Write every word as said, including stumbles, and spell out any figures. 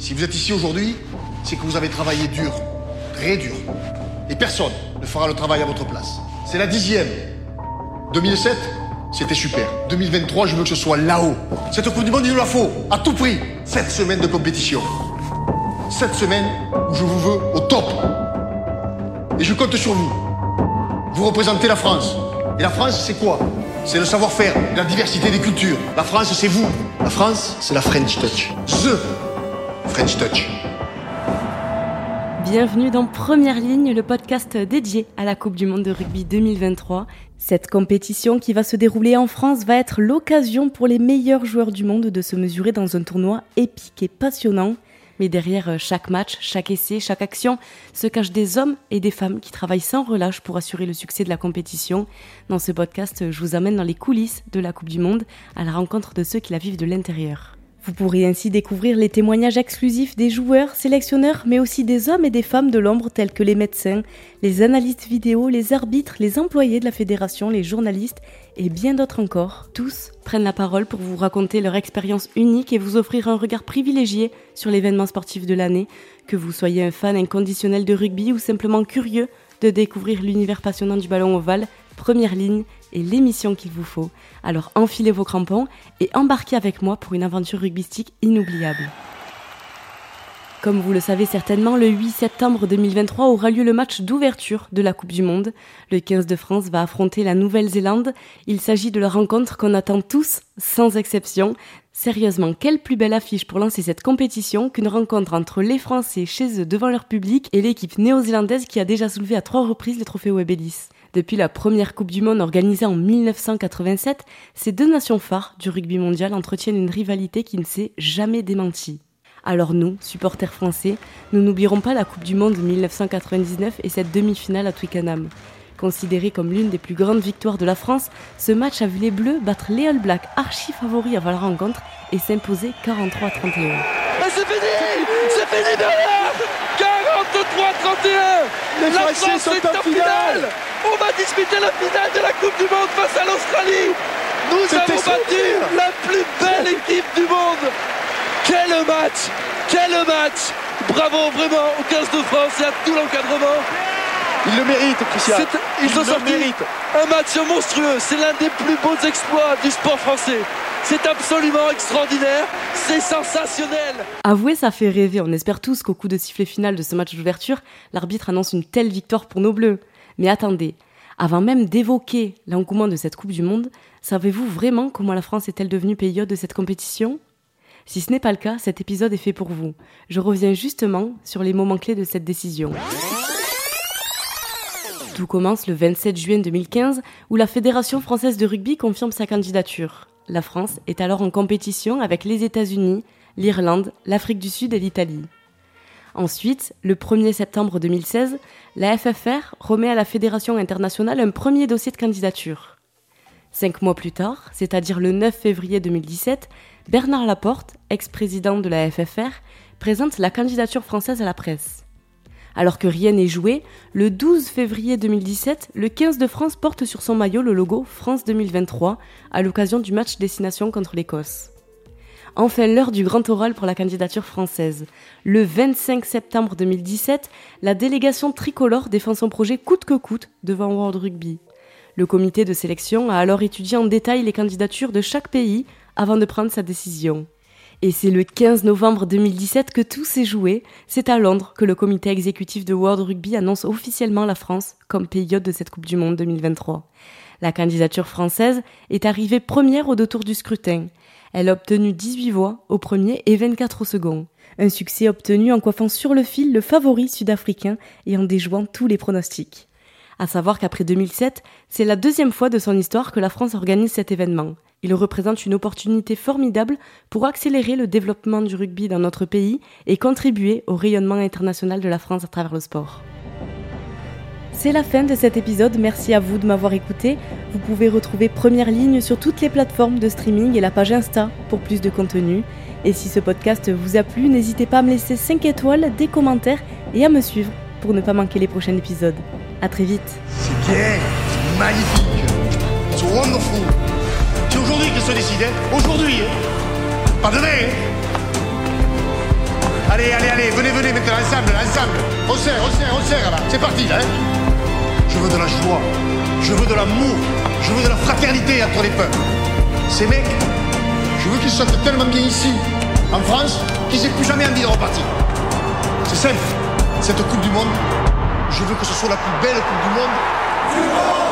Si vous êtes ici aujourd'hui, c'est que vous avez travaillé dur, très dur. Et personne ne fera le travail à votre place. C'est la dixième. deux mille sept, c'était super. deux mille vingt-trois, je veux que ce soit là-haut. Cette Coupe du Monde, il nous la faut, à tout prix. Sept semaines de compétition. Sept semaines où je vous veux au top. Et je compte sur vous. Vous représentez la France. Et la France, c'est quoi? C'est le savoir-faire, la diversité des cultures. La France, c'est vous. La France, c'est la French Touch. The French Touch. Bienvenue dans Première Ligne, le podcast dédié à la Coupe du Monde de rugby deux mille vingt-trois. Cette compétition qui va se dérouler en France va être l'occasion pour les meilleurs joueurs du monde de se mesurer dans un tournoi épique et passionnant. Mais derrière chaque match, chaque essai, chaque action, se cachent des hommes et des femmes qui travaillent sans relâche pour assurer le succès de la compétition. Dans ce podcast, je vous amène dans les coulisses de la Coupe du Monde, à la rencontre de ceux qui la vivent de l'intérieur. Vous pourrez ainsi découvrir les témoignages exclusifs des joueurs, sélectionneurs, mais aussi des hommes et des femmes de l'ombre tels que les médecins, les analystes vidéo, les arbitres, les employés de la fédération, les journalistes et bien d'autres encore. Tous prennent la parole pour vous raconter leur expérience unique et vous offrir un regard privilégié sur l'événement sportif de l'année, que vous soyez un fan inconditionnel de rugby ou simplement curieux de découvrir l'univers passionnant du ballon ovale. Première Ligne est l'émission qu'il vous faut. Alors enfilez vos crampons et embarquez avec moi pour une aventure rugbystique inoubliable. Comme vous le savez certainement, le huit septembre deux mille vingt-trois aura lieu le match d'ouverture de la Coupe du Monde. Le quinze de France va affronter la Nouvelle-Zélande. Il s'agit de la rencontre qu'on attend tous, sans exception. Sérieusement, quelle plus belle affiche pour lancer cette compétition qu'une rencontre entre les Français chez eux devant leur public et l'équipe néo-zélandaise qui a déjà soulevé à trois reprises le trophée Webb Ellis. Depuis la première Coupe du Monde organisée en mille neuf cent quatre-vingt-sept, ces deux nations phares du rugby mondial entretiennent une rivalité qui ne s'est jamais démentie. Alors nous, supporters français, nous n'oublierons pas la Coupe du Monde de mille neuf cent quatre-vingt-dix-neuf et cette demi-finale à Twickenham. Considéré comme l'une des plus grandes victoires de la France, ce match a vu les Bleus battre les All Blacks archi favoris avant la rencontre et s'imposer quarante-trois à trente et un. Et c'est fini! C'est fini derrière! quarante-trois à trente et un! Les La Français France sont est en en finale. finale! On va disputer la finale de la Coupe du Monde face à l'Australie! Nous C'était avons battu sûr. la plus belle équipe du monde! Quel match! Quel match! Bravo vraiment au quinze de France et à tout l'encadrement! Il le mérite, Christian. C'est- Ils ont le sorti mérite. un match monstrueux. C'est l'un des plus beaux exploits du sport français. C'est absolument extraordinaire. C'est sensationnel. Avouez, ça fait rêver. On espère tous qu'au coup de sifflet final de ce match d'ouverture, l'arbitre annonce une telle victoire pour nos Bleus. Mais attendez, avant même d'évoquer l'engouement de cette Coupe du Monde, savez-vous vraiment comment la France est-elle devenue pays hôte de cette compétition ? Si ce n'est pas le cas, cet épisode est fait pour vous. Je reviens justement sur les moments clés de cette décision. Tout commence le vingt-sept juin deux mille quinze, où la Fédération française de rugby confirme sa candidature. La France est alors en compétition avec les États-Unis, l'Irlande, l'Afrique du Sud et l'Italie. Ensuite, le premier septembre deux mille seize, la F F R remet à la Fédération internationale un premier dossier de candidature. Cinq mois plus tard, c'est-à-dire le neuf février deux mille dix-sept, Bernard Laporte, ex-président de la F F R, présente la candidature française à la presse. Alors que rien n'est joué, le douze février deux mille dix-sept, le quinze de France porte sur son maillot le logo France deux mille vingt-trois à l'occasion du match destination contre l'Écosse. Enfin, l'heure du grand oral pour la candidature française. Le vingt-cinq septembre deux mille dix-sept, la délégation tricolore défend son projet coûte que coûte devant World Rugby. Le comité de sélection a alors étudié en détail les candidatures de chaque pays avant de prendre sa décision. Et c'est le quinze novembre deux mille dix-sept que tout s'est joué. C'est à Londres que le comité exécutif de World Rugby annonce officiellement la France comme pays hôte de cette Coupe du Monde deux mille vingt-trois. La candidature française est arrivée première au deux tours du scrutin. Elle a obtenu dix-huit voix au premier et vingt-quatre au second. Un succès obtenu en coiffant sur le fil le favori sud-africain et en déjouant tous les pronostics. À savoir qu'après deux mille sept, c'est la deuxième fois de son histoire que la France organise cet événement. Il représente une opportunité formidable pour accélérer le développement du rugby dans notre pays et contribuer au rayonnement international de la France à travers le sport. C'est la fin de cet épisode, merci à vous de m'avoir écouté. Vous pouvez retrouver Première Ligne sur toutes les plateformes de streaming et la page Insta pour plus de contenu. Et si ce podcast vous a plu, n'hésitez pas à me laisser cinq étoiles, des commentaires et à me suivre pour ne pas manquer les prochains épisodes. À très vite. C'est bien, c'est magnifique. It's wonderful. C'est aujourd'hui que se décide, hein. Aujourd'hui, hein. Pas demain, hein. Allez, allez, allez, venez, venez maintenant, ensemble, ensemble. On serre, on serre, on serre là. C'est parti là. Hein. Je veux de la joie, je veux de l'amour, je veux de la fraternité entre les peuples. Ces mecs, je veux qu'ils se sentent tellement bien ici, en France, qu'ils n'aient plus jamais envie de repartir. C'est simple, cette Coupe du Monde, je veux que ce soit la plus belle Coupe du monde. Du monde